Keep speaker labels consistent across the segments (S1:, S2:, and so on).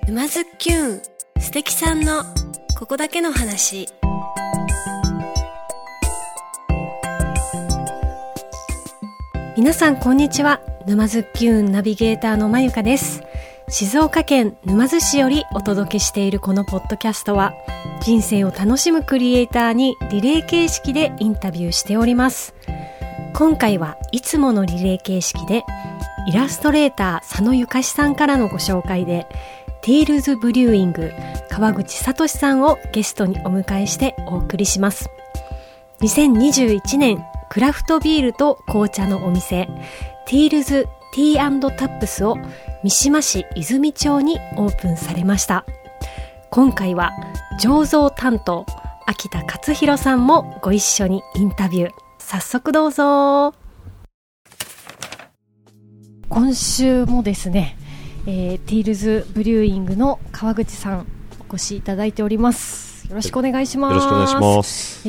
S1: 沼津きゅん素敵さんのここだけの話。皆さんこんにちは。沼津きゅんナビゲーターのまゆかです。静岡県沼津市よりお届けしているこのポッドキャストは、人生を楽しむクリエイターにリレー形式でインタビューしております。今回はいつものリレー形式で、イラストレーター佐野ゆかしさんからのご紹介で、ティールズブリューイング川口聡さんをゲストにお迎えしてお送りします。2021年クラフトビールと紅茶のお店ティールズティー&タップスを三島市泉町にオープンされました。今回は醸造担当秋田勝弘さんもご一緒にインタビュー。早速どうぞ。今週もですね、ティールズブリューイングの川口さんお越しいただいております。よろしくお願いします。
S2: よろしくお願いします。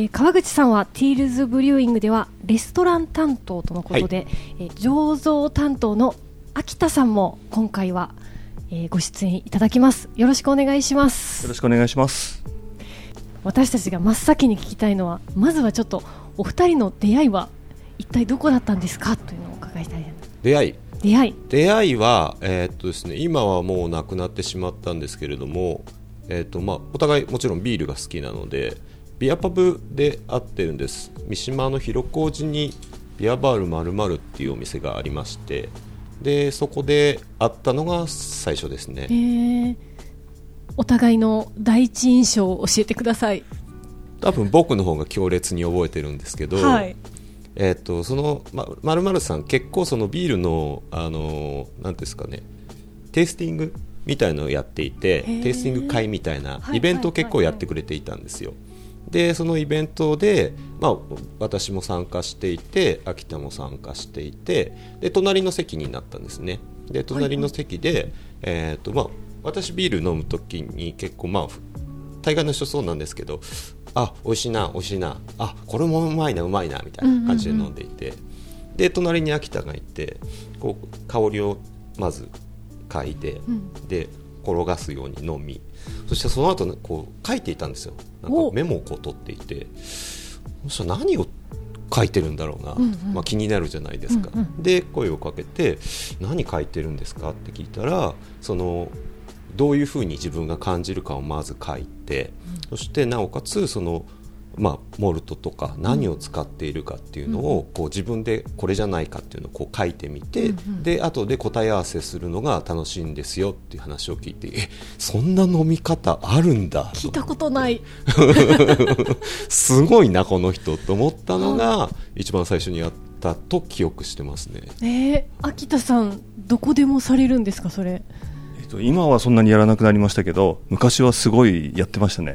S1: 川口さんはティールズブリューイングではレストラン担当とのことで、醸造担当の秋田さんも今回は、ご出演いただきます。よろしくお願いします。
S2: よろしくお願いします。
S1: 私たちが真っ先に聞きたいのは、まずはちょっとお二人の出会いは一体どこだったんですかというのをお伺いしたいです。
S2: 出会いは、ですね、今はもうなくなってしまったんですけれども、お互いもちろんビールが好きなのでビアパブで会ってるんです。三島の広小路にビアバール〇〇っていうお店がありまして、でそこで会ったのが最初ですね。
S1: お互いの第一印象を教えてください。
S2: 多分僕の方が強烈に覚えてるんですけど、その〇〇さん結構そのビールのなんですかね、テイスティングみたいのをやっていて、テイスティング会みたいなイベントを結構やってくれていたんですよ。でそのイベントで、私も参加していて秋田も参加していて、で隣の席になったんですね。で隣の席で、私ビール飲むときに結構大概の人そうなんですけど、美味しいな美味しいな、これもうまいなうまいなみたいな感じで飲んでいて、で隣に秋田がいて、こう香りをまず嗅いで、で転がすように飲み、そしてその後こう書いていたんですよ。なんかメモをこう取っていて、そしたら何を書いてるんだろうな、気になるじゃないですか。で声をかけて、何書いてるんですかって聞いたら、どういうふうに自分が感じるかをまず書いて、そしてなおかつモルトとか何を使っているかっていうのをこう自分でこれじゃないかっていうのをこう書いてみて、で後で答え合わせするのが楽しいんですよっていう話を聞いて、そんな飲み方あるんだ、
S1: 聞いたことない
S2: すごいなこの人と思ったのが一番最初にやったと記憶してますね。
S1: 秋田さんどこでもされるんですかそれ？
S3: 今はそんなにやらなくなりましたけど、昔はすごいやってましたね。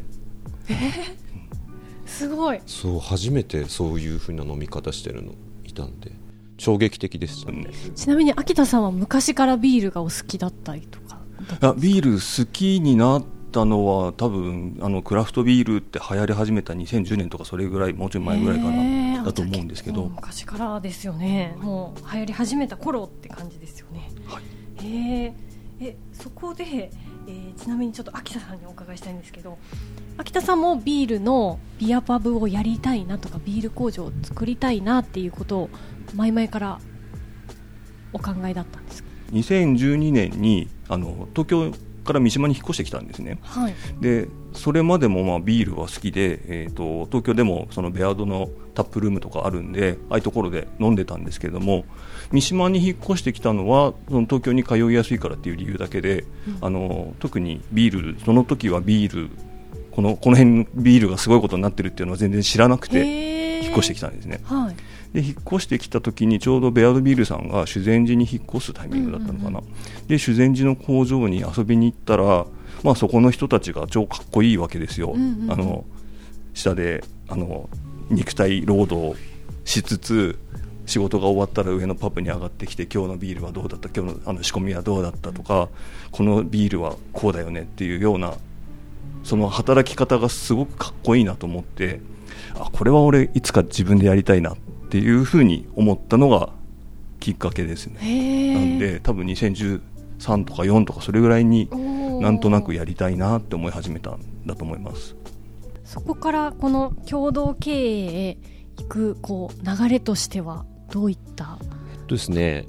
S1: すごい。
S2: そう、初めてそういう風な飲み方してるのいたんで衝撃的でしたね。
S1: ちなみに秋田さんは昔からビールがお好きだったりとか？
S3: ビール好きになったのは多分クラフトビールって流行り始めた2010年とかそれぐらい、もうちょい前ぐらいかなだと思うんですけど、
S1: 昔からですよね。もう流行り始めた頃って感じですよね。そこで、ちなみにちょっと秋田さんにお伺いしたいんですけど、秋田さんもビールのビアパブをやりたいなとか、ビール工場を作りたいなっていうことを前々からお考えだったんですか
S3: ？2012年に東京から三島に引っ越してきたんですね。でそれまでもビールは好きで、東京でもそのベアードのタップルームとかあるんで、ああいうところで飲んでたんですけれども、三島に引っ越してきたのはその東京に通いやすいからっていう理由だけで、特にビール、その時はビールこの辺のビールがすごいことになってるっていうのは全然知らなくて引っ越してきたんですね。で引っ越してきた時にちょうどベアードビールさんが修善寺に引っ越すタイミングだったのかな。で修善寺の工場に遊びに行ったら、そこの人たちが超かっこいいわけですよ。下で肉体労働しつつ、仕事が終わったら上のパブに上がってきて、今日のビールはどうだった、今日の仕込みはどうだったとか、このビールはこうだよねっていうような、その働き方がすごくかっこいいなと思って、これは俺いつか自分でやりたいなっていうふうに思ったのがきっかけですね。なんで多分2013とか4とかそれぐらいになんとなくやりたいなって思い始めたんだと思います。
S1: そこからこの共同経営へ行く流れとしてはどういった
S2: ですね、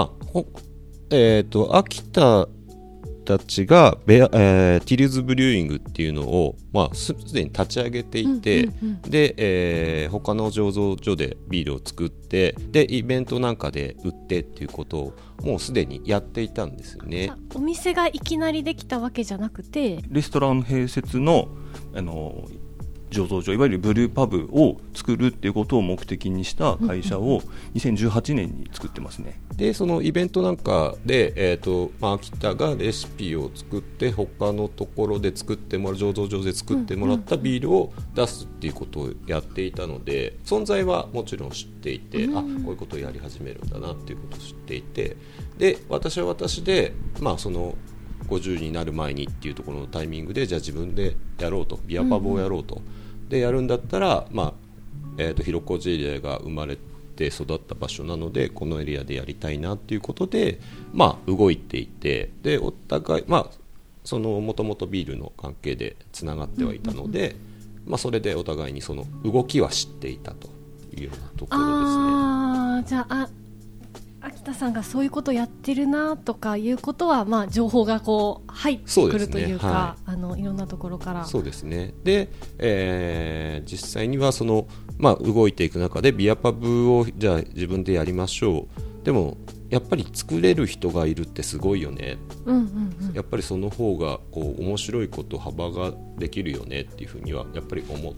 S2: 秋田たちがティルズブリューイングっていうのを、すでに立ち上げていて、で、他の醸造所でビールを作ってでイベントなんかで売ってっていうことをもうすでにやっていたんですよね。
S1: お店がいきなりできたわけじゃなくて、
S3: レストラン併設の醸造所、いわゆるブルーパブを作るっていうことを目的にした会社を2018年に作ってますね。
S2: でそのイベントなんかで、秋田がレシピを作って他のところで作ってもらう醸造所で作ってもらったビールを出すっていうことをやっていたので、存在はもちろん知っていて、こういうことをやり始めるんだなっていうことを知っていて、で私は私で、その50になる前にっていうところのタイミングでじゃあ自分でやろうと、ビアパブをやろうと、でやるんだったら、広小路エリアが生まれて育った場所なのでこのエリアでやりたいなっていうことで、動いていて、でお互い、そのもともとビールの関係でつながってはいたので、それでお互いにその動きは知っていたというようなところですね。
S1: じゃあ秋田さんがそういうことやってるなとかいうことは、情報が入ってくるというか、いろんなところから。
S2: そうですね。で、実際にはその、動いていく中でビアパブをじゃあ自分でやりましょう。でもやっぱり作れる人がいるってすごいよね、やっぱりその方が面白いこと幅ができるよねっていうふうにはやっぱり思って、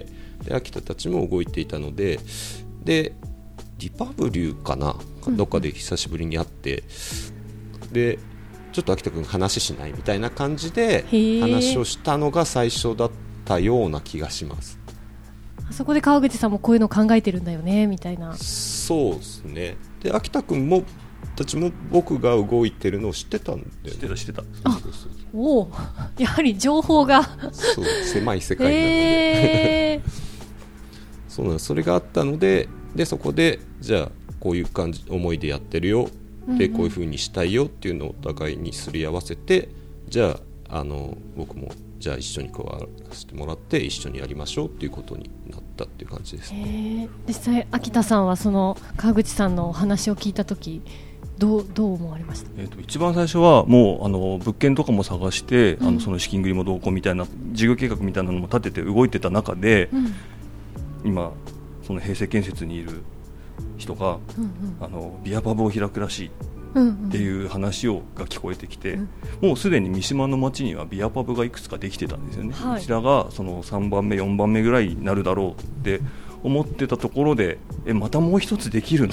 S2: で秋田たちも動いていたので、リパブリューかな、どっかで久しぶりに会って、でちょっと秋田君話しないみたいな感じで話をしたのが最初だったような気がします。
S1: あそこで川口さんもこういうの考えてるんだよねみたいな。
S2: そうですね。で秋田君もたちも僕が動いてるのを知ってたんで、
S3: 知ってた。
S1: おお、やはり情報が
S2: そう狭い世界なので、そうなんです。それがあったので、そこでじゃあこういう感じ思いでやってるよ、でこういう風にしたいよっていうのをお互いにすり合わせて、じゃあ僕もじゃあ一緒に加わらせてもらって一緒にやりましょうっていうことになったっていう感じですね。
S1: 実際秋田さんはその川口さんのお話を聞いたときどう思われました？
S3: 一番最初はもう物件とかも探して、その資金繰りもどうこうみたいな事業計画みたいなのも立てて動いてた中で、今その平成建設にいる人が、ビアパブを開くらしいっていう話が聞こえてきて、もうすでに三島の町にはビアパブがいくつかできてたんですよね、こちらがその3番目4番目ぐらいになるだろうって思ってたところで、またもう一つできるの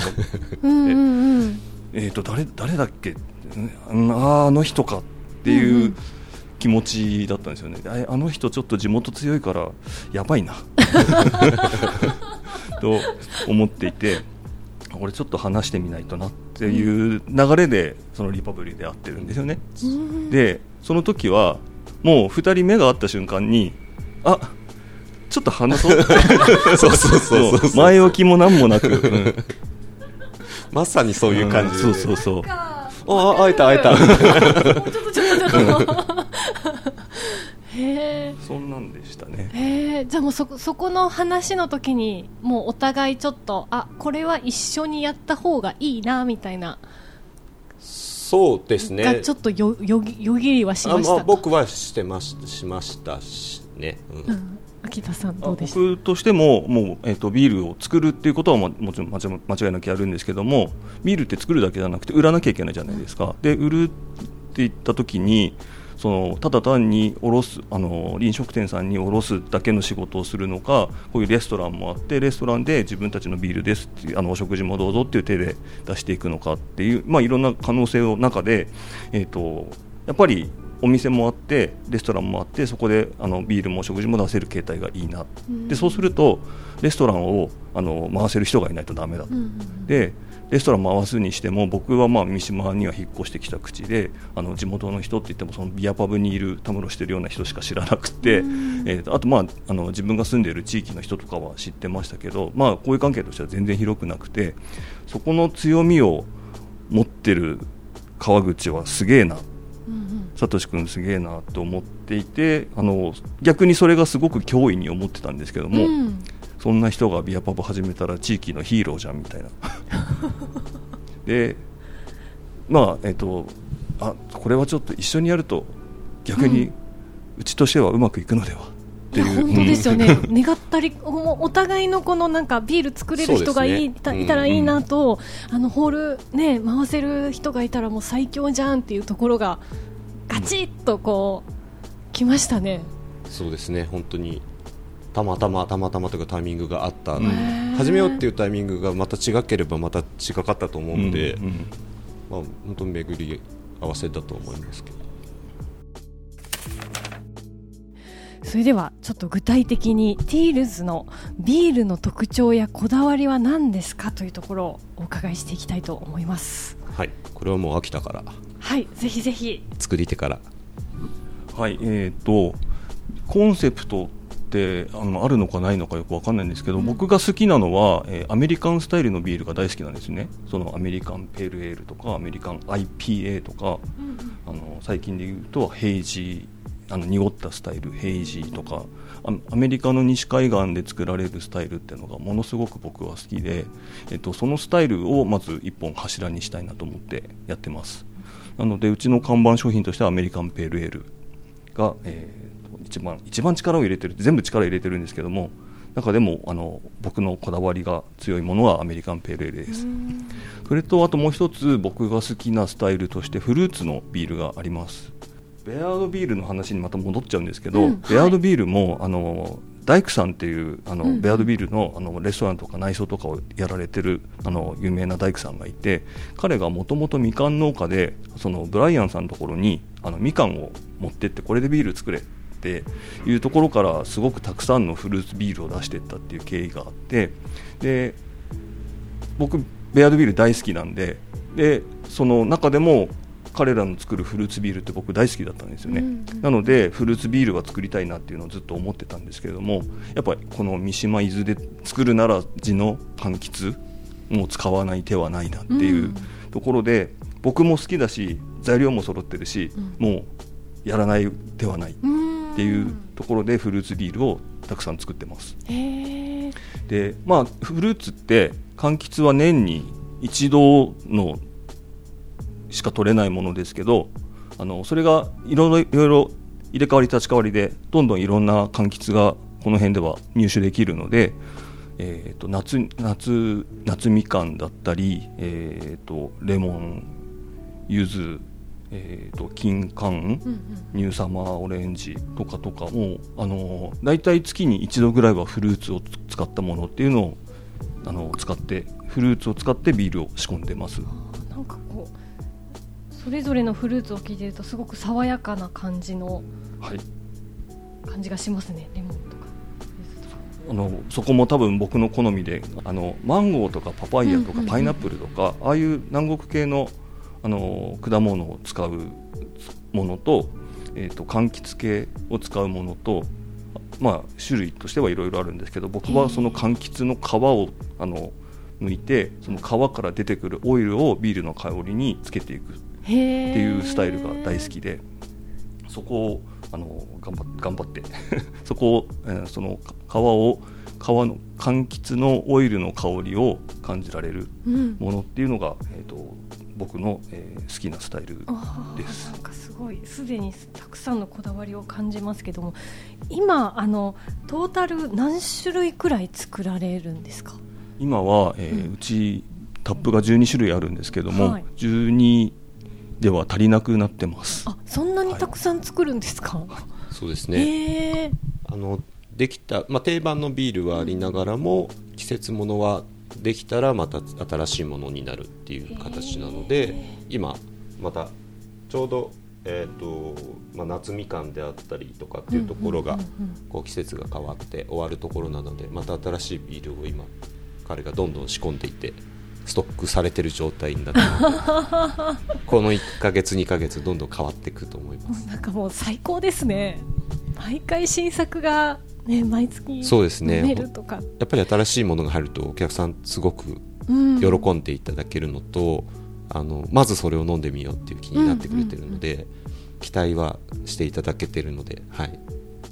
S3: 誰だっけ、あの人かっていう気持ちだったんですよね。あの人ちょっと地元強いからやばいなと思っていて、これちょっと話してみないとなっていう流れでそのリパブリで会ってるんですよね。でその時はもう2人目が合った瞬間にちょっと話そうって前置きも何もなく、
S2: まさにそういう感じで、
S3: そう
S2: 会えた
S1: ちょっと
S3: そんなんでしたね。
S1: じゃあもうそこの話の時にもうお互いちょっとこれは一緒にやった方がいいなみたいな。
S2: そうですね。
S1: がちょっとよぎりはしました。
S2: 僕はしましたしね。
S1: 秋田さんどうでした？
S3: 僕としてももう、ビールを作るっていうことはもちろん間違いなくやるんですけども、ビールって作るだけじゃなくて売らなきゃいけないじゃないですか。で売るって言った時にただ単に飲食店さんに卸すだけの仕事をするのか、こういうレストランもあってレストランで自分たちのビールですっていうお食事もどうぞっていう手で出していくのかっていう、いろんな可能性の中で、やっぱりお店もあってレストランもあって、そこでビールも食事も出せる形態がいいな、でそうするとレストランを回せる人がいないとダメだ、でレストラン回すにしても僕は三島には引っ越してきた口で地元の人って言ってもそのビアパブにいるたむろしてるような人しか知らなくて、あと自分が住んでいる地域の人とかは知ってましたけど、こういう関係としては全然広くなくて、そこの強みを持ってる川口はすげえなっサトシ君すげえなと思っていて、逆にそれがすごく脅威に思ってたんですけども、そんな人がビアパブ始めたら地域のヒーローじゃんみたいなでまあこれはちょっと一緒にやると逆にうちとしてはうまくいくのではっていう、
S1: 本当ですよね願ったりお互いのこのなんかビール作れる人がいたらいいなと、ホール、ね、回せる人がいたらもう最強じゃんっていうところがガチッとこう来ましたね。
S2: そうですね、本当にたまたまというかタイミングがあった、始めようっていうタイミングがまた違ければまた違かったと思うので、まあ、本当に巡り合わせだと思いますけど。
S1: それではちょっと具体的にティールズのビールの特徴やこだわりは何ですかというところをお伺いしていきたいと思います。
S2: はい、これはもう飽きたから、
S1: はい、ぜひぜひ
S2: 作り手から。
S3: はい、コンセプトってあるのかないのかよく分かんないんですけど、僕が好きなのは、アメリカンスタイルのビールが大好きなんですね。そのアメリカンペールエールとかアメリカン IPA とか、最近で言うとヘイジー、濁ったスタイルヘイジーとか、アメリカの西海岸で作られるスタイルっていうのがものすごく僕は好きで、そのスタイルをまず一本柱にしたいなと思ってやってます。なのでうちの看板商品としてはアメリカンペールエールが、一番力を入れてる、全部力を入れてるんですけども、中でも僕のこだわりが強いものはアメリカンペールエールです。それとあともう一つ僕が好きなスタイルとしてフルーツのビールがあります。ベアードビールの話にまた戻っちゃうんですけど、ベアードビールも大工さんっていうベアードビールのレストランとか内装とかをやられてる有名な大工さんがいて、彼がもともとみかん農家で、そのブライアンさんのところにみかんを持ってってこれでビール作れっていうところからすごくたくさんのフルーツビールを出していったっていう経緯があって、で僕ベアードビール大好きなんで、その中でも彼らの作るフルーツビールって僕大好きだったんですよね。なのでフルーツビールは作りたいなっていうのをずっと思ってたんですけれども、やっぱりこの三島伊豆で作るなら地の柑橘も使わない手はないなっていうところで、僕も好きだし材料も揃ってるし、もうやらない手はないっていうところでフルーツビールをたくさん作ってます。で、フルーツって柑橘は年に一度のしか取れないものですけど、それがいろいろ入れ替わり立ち替わりでどんどんいろんな柑橘がこの辺では入手できるので、夏みかんだったり、レモン、柚子、金柑、ニューサマーオレンジとかもだいたい月に一度ぐらいはフルーツを使ったものっていうのをフルーツを使ってビールを仕込んでます。
S1: なんかこうそれぞれのフルーツを聞いてるとすごく爽やかな感じの、感じがしますね。レモンとか
S3: そこも多分僕の好みで、マンゴーとかパパイヤとかパイナップルとか、ああいう南国系の果物を使うものと、柑橘系を使うものと、種類としてはいろいろあるんですけど、僕はその柑橘の皮を剥いて、その皮から出てくるオイルをビールの香りにつけていくっていうスタイルが大好きで、そこを頑張ってそこを、その皮の柑橘のオイルの香りを感じられるものっていうのが、僕の、好きなスタイルです。
S1: なんかすごいすでにたくさんのこだわりを感じますけども、今トータル何種類くらい作られるんですか？
S3: 今は、うちタップが12種類あるんですけども、12では足りなくなってます。
S1: そんなにたくさん作るんですか？
S2: そうですね、できた、定番のビールはありながらも、季節ものはできたらまた新しいものになるっていう形なので、今またちょうど、夏みかんであったりとかっていうところが、こう季節が変わって終わるところなので、また新しいビールを今彼がどんどん仕込んでいてストックされてる状態になっているのでこの1ヶ月2ヶ月どんどん変わっていくと思います。
S1: なんかもう最高ですね。毎回新作が、毎月
S2: そうですね、
S1: 飲めるとか、
S2: やっぱり新しいものが入るとお客さんすごく喜んでいただけるのと、まずそれを飲んでみようっていう気になってくれてるので、 期待はしていただけているので、はい。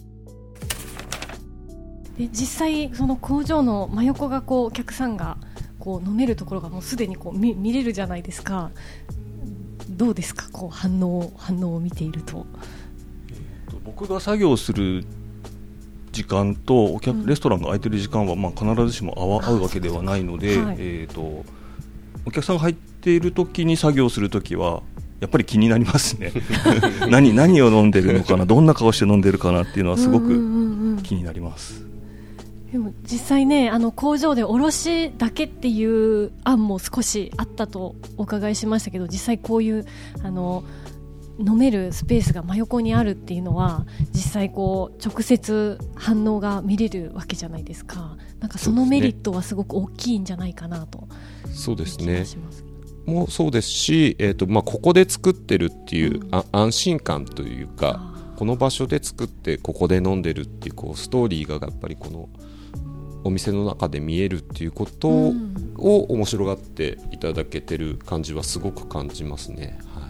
S1: で実際その工場の真横がお客さんが飲めるところがもうすでに見れるじゃないですか。どうですか、反応を見ていると。
S3: 僕が作業する時間とレストランが空いてる時間は必ずしも合うわけではないので、はい、お客さんが入っている時に作業する時はやっぱり気になりますね何を飲んでるのかな、どんな顔して飲んでるかなっていうのはすごく気になります。
S1: でも実際ね、工場で卸だけっていう案も少しあったとお伺いしましたけど、実際こういう飲めるスペースが真横にあるっていうのは実際直接反応が見れるわけじゃないですか。なんかそのメリットはすごく大きいんじゃないかなと。
S2: そうですね、もうそうですし、ここで作ってるっていう、安心感というか、この場所で作ってここで飲んでるっていうストーリーがやっぱりこのお店の中で見えるっていうことを面白がっていただけてる感じはすごく感じますね。はい、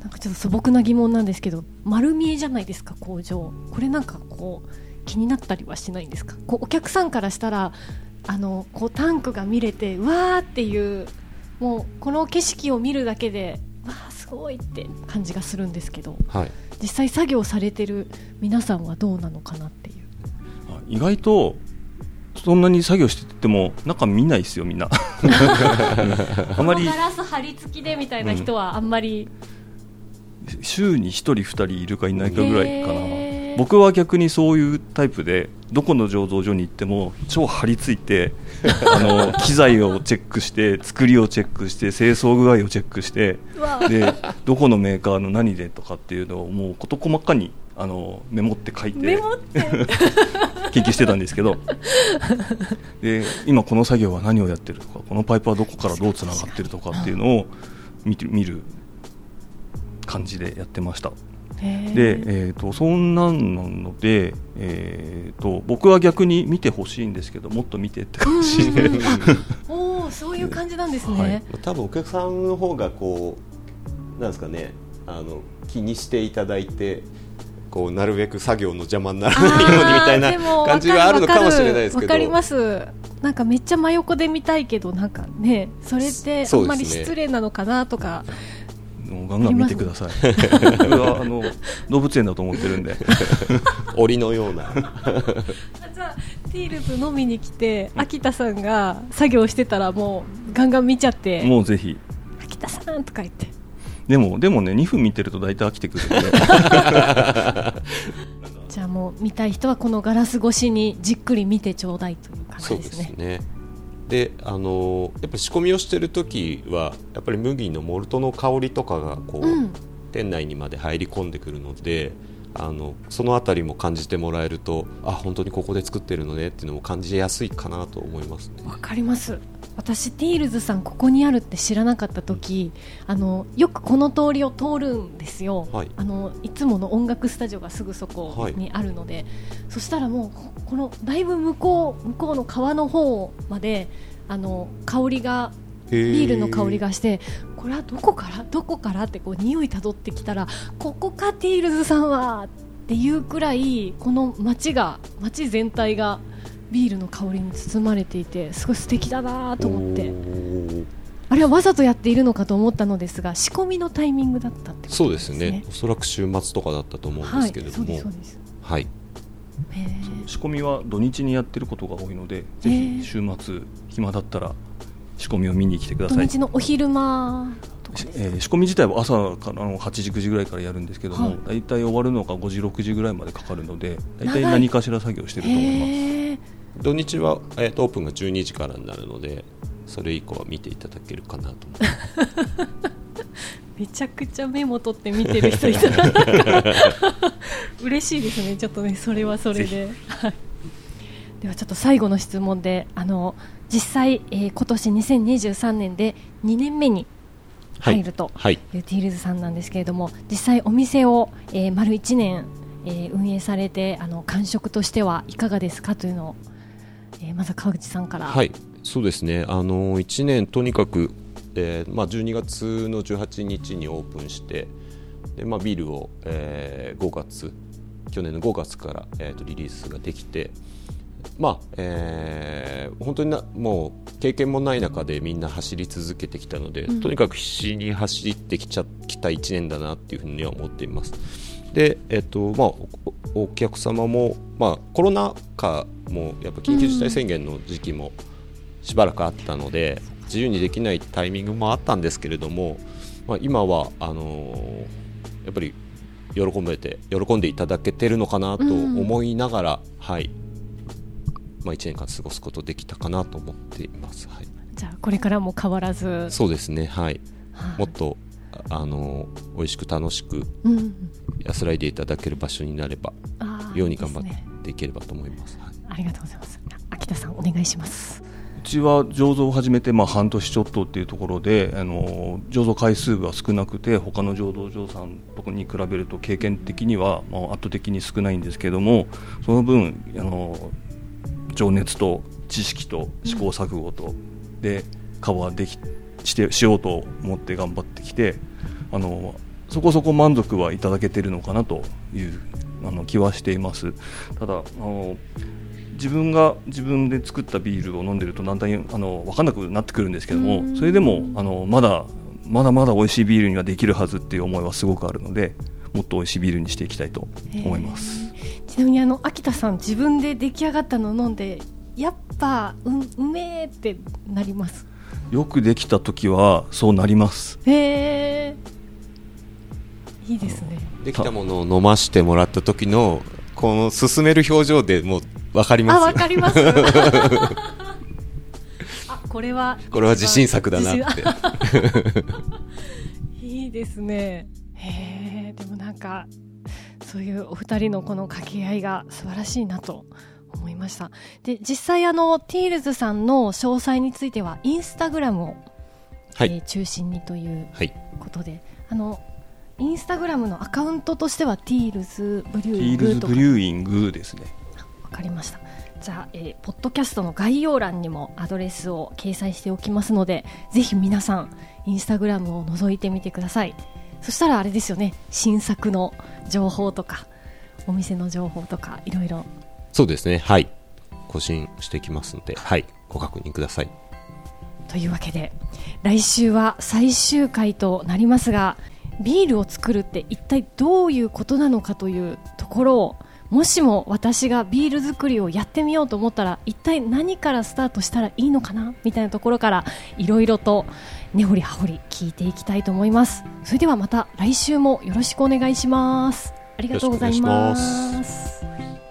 S1: なんかちょっと素朴な疑問なんですけど、丸見えじゃないですか工場。これなんか気になったりはしないんですか。お客さんからしたらタンクが見れてうわーっていう、もうこの景色を見るだけでわーすごいって感じがするんですけど、はい、実際作業されてる皆さんはどうなのかなっていう。
S3: 意外とそんなに作業してても中見ないですよ、みんな
S1: あまりガラス張り付きでみたいな人はあんまり、
S3: 週に1人2人いるかいないかぐらいかな。僕は逆にそういうタイプで、どこの醸造所に行っても超張り付いて機材をチェックして、作りをチェックして、清掃具合をチェックして、でどこのメーカーの何でとかっていうのをもう事細かにメモって書いて研究してたんですけどで今この作業は何をやってるとか、このパイプはどこからどうつながってるとかっていうのを見る感じでやってました。で、そんなんなので、僕は逆に見てほしいんですけど、もっと見てって感じで
S1: そういう感じなんですね。
S2: はい、多分お客さんの方がなんですかね、気にしていただいてなるべく作業の邪魔にならないようにみたいな感じがあるのかもしれないですけど。
S1: わかります。なんかめっちゃ真横で見たいけど、なんかね、それってあんまり失礼なのかなとか。
S3: ガンガン見てくださいこれは動物園だと思ってるんで
S2: 檻のような
S1: じゃあティールズ飲みに来て、秋田さんが作業してたらもうガンガン見ちゃって、
S3: もうぜひ
S1: 秋田さんとか言って。
S3: でもね、2分見てると大体飽きてくるんで
S1: じゃあもう見たい人はこのガラス越しにじっくり見てちょうだいという感じですね。
S2: そうですね。でやっぱ仕込みをしているときはやっぱり麦のモルトの香りとかが店内にまで入り込んでくるので、そのあたりも感じてもらえると、本当にここで作ってるのねっていうのも感じやすいかなと思いますね。
S1: わかります。私ティールズさんここにあるって知らなかった時、よくこの通りを通るんですよ。はい、いつもの音楽スタジオがすぐそこにあるので、はい、そしたらもうこのだいぶ向こうの川の方まで香りがビールの香りがして、これはどこからって匂いたどってきたら、ここかティールズさんはっていうくらい、この街全体がビールの香りに包まれていて、すごい素敵だなと思って、あれはわざとやっているのかと思ったのですが、仕込みのタイミングだったってことですね。
S2: そうですね、おそらく週末とかだったと思うんですけれども、
S1: そうです。
S2: はい、
S3: 仕込みは土日にやってることが多いので、ぜひ週末暇だったら仕込みを見に来てください。
S1: 土日のお昼間とか
S3: 仕込み自体は朝から8時9時ぐらいからやるんですけども、だいたい終わるのが5時6時ぐらいまでかかるので、だいたい何かしら作業してると思います。
S2: 土日は、オープンが12時からになるので、それ以降は見ていただけるかなと思います
S1: めちゃくちゃメモ取って見てる人いたら嬉しいですね。ちょっとね、それはそれでではちょっと最後の質問で、実際、今年2023年で2年目に入るというティールズさんなんですけれども、実際お店を、丸1年、運営されて、感触としてはいかがですかというのを、まず川口さんから。
S2: はい、そうですね、1年とにかく、12月の18日にオープンして、 で、ビールを、去年の5月から、リリースができて、本当にもう経験もない中でみんな走り続けてきたので、とにかく必死に走ってきた1年だなっていうふうには思っています。で、お客様も、コロナ禍もやっぱ緊急事態宣言の時期もしばらくあったので、自由にできないタイミングもあったんですけれども、今はやっぱり喜んでいただけてるのかなと思いながら、1年間過ごすことできたかなと思っています。はい、
S1: じゃあこれからも変わらず。
S2: そうですね、もっと美味しく楽しく安らいでいただける場所になればように頑張っていければと思います。
S1: ありがとうございます。秋田さんお願いします。
S3: うちは醸造を始めて半年ちょっとっていうところで、醸造回数が少なくて他の醸造所さんとかに比べると経験的には圧倒的に少ないんですけども、その分情熱と知識と試行錯誤とでカバーしようと思って頑張ってきて、そこそこ満足はいただけているのかなという気はしています。ただ自分が自分で作ったビールを飲んでるとだんだん分かんなくなってくるんですけども、それでもまだまだ美味しいビールにはできるはずっていう思いはすごくあるので、もっと美味しいビールにしていきたいと思います。
S1: ちなみに秋田さん自分で出来上がったのを飲んでやっぱうめーってなります？
S3: よくできた時はそうなります。
S1: いいですね。
S2: できたものを飲ましてもらった時のこの進める表情でもう分かりますよ。
S1: 分かりますこれは
S2: 自信作だなって
S1: いいですね。でもそういうお二人のこの掛け合いが素晴らしいなと思いました。で、実際ティールズさんの詳細についてはインスタグラムを、中心にということで、インスタグラムのアカウントとしてはティールズブリューイングとか。ティールズブリューイングですね。わかりました。じゃあ、ポッドキャストの概要欄にもアドレスを掲載しておきますので、ぜひ皆さんインスタグラムを覗いてみてください。そしたらあれですよね、新作の情報とかお店の情報とかいろいろ。
S2: そうですね、更新していきますので、ご確認ください。
S1: というわけで来週は最終回となりますが、ビールを作るって一体どういうことなのかというところを、もしも私がビール作りをやってみようと思ったら一体何からスタートしたらいいのかなみたいなところからいろいろと根掘り葉掘り聞いていきたいと思います。それではまた来週もよろしくお願いします。ありがとうございます。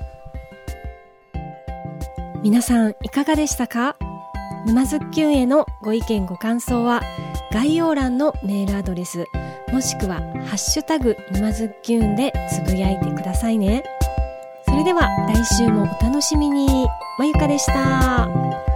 S1: 皆さんいかがでしたか？沼津きゅんへのご意見ご感想は概要欄のメールアドレスもしくはハッシュタグ沼津きゅんでつぶやいてくださいね。それでは来週もお楽しみに。まゆかでした。